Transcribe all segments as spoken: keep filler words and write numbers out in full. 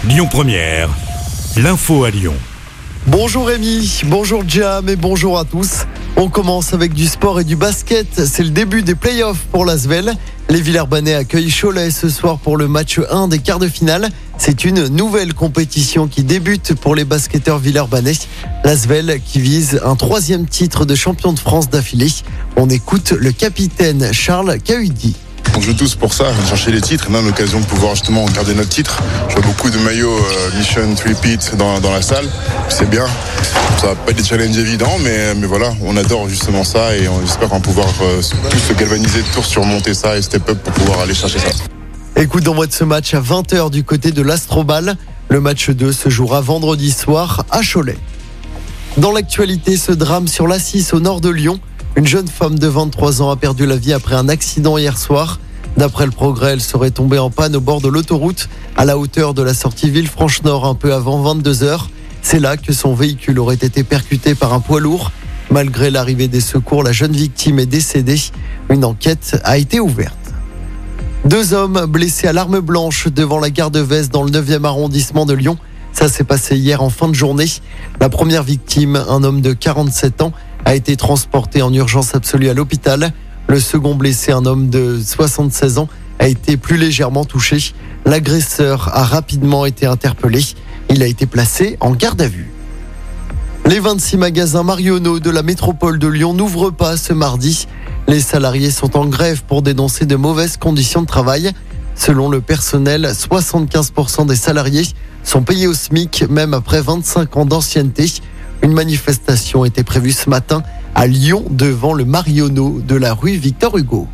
Lyon Première, l'info à Lyon. Bonjour Rémi, bonjour Jam et bonjour à tous. On commence avec du sport et du basket. C'est le début des playoffs pour l'Asvel. Les Villeurbanais accueillent Cholet ce soir pour le match un des quarts de finale. C'est une nouvelle compétition qui débute pour les basketteurs villeurbanais. L'Asvel qui vise un troisième titre de champion de France d'affilée. On écoute le capitaine Charles Cahudi. On joue tous pour ça, chercher les titres, et on a l'occasion de pouvoir justement garder notre titre. Je vois beaucoup de maillots euh, Mission Repeat dans, dans la salle, c'est bien. Ça va pas être des challenges évidents, mais, mais voilà, on adore justement ça et on espère qu'on va pouvoir euh, tous se galvaniser, tous surmonter ça et step up pour pouvoir aller chercher ça. Écoute d'envoi de ce match à vingt heures du côté de l'Astrobal. Le match deux se jouera vendredi soir à Cholet. Dans l'actualité, ce drame sur l'A six au nord de Lyon. Une jeune femme de vingt-trois ans a perdu la vie après un accident hier soir. D'après le Progrès, elle serait tombée en panne au bord de l'autoroute, à la hauteur de la sortie Villefranche-Nord, un peu avant vingt-deux heures. C'est là que son véhicule aurait été percuté par un poids lourd. Malgré l'arrivée des secours, la jeune victime est décédée. Une enquête a été ouverte. Deux hommes blessés à l'arme blanche devant la gare de Vez dans le neuvième arrondissement de Lyon. Ça s'est passé hier en fin de journée. La première victime, un homme de quarante-sept ans, a été transporté en urgence absolue à l'hôpital. Le second blessé, un homme de soixante-seize ans, a été plus légèrement touché. L'agresseur a rapidement été interpellé. Il a été placé en garde à vue. Les vingt-six magasins Marionneau de la métropole de Lyon n'ouvrent pas ce mardi. Les salariés sont en grève pour dénoncer de mauvaises conditions de travail. Selon le personnel, soixante-quinze pour cent des salariés sont payés au SMIC, même après vingt-cinq ans d'ancienneté. Une manifestation était prévue ce matin à Lyon devant le Marionneau de la rue Victor Hugo.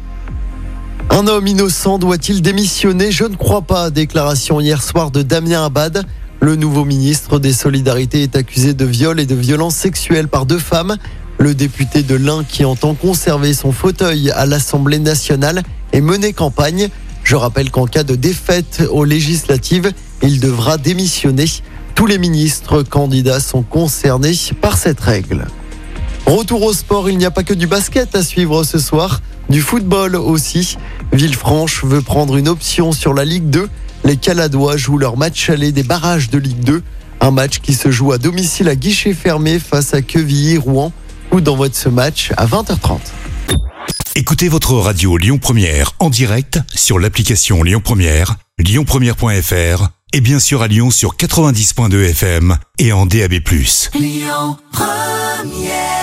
Un homme innocent doit-il démissionner ? Je ne crois pas. Déclaration hier soir de Damien Abad. Le nouveau ministre des Solidarités est accusé de viol et de violences sexuelles par deux femmes. Le député de l'Ain qui entend conserver son fauteuil à l'Assemblée nationale et mener campagne. Je rappelle qu'en cas de défaite aux législatives, il devra démissionner. Tous les ministres candidats sont concernés par cette règle. Retour au sport, il n'y a pas que du basket à suivre ce soir, du football aussi. Villefranche veut prendre une option sur la Ligue deux. Les Caladois jouent leur match aller des barrages de Ligue deux. Un match qui se joue à domicile à guichet fermé face à Quevilly-Rouen. Coup d'envoi de ce match à vingt heures trente. Écoutez votre radio Lyon Première en direct sur l'application Lyon Première, lyon première point f r et bien sûr à Lyon sur quatre-vingt-dix virgule deux F M et en D A B plus. Lyon Première.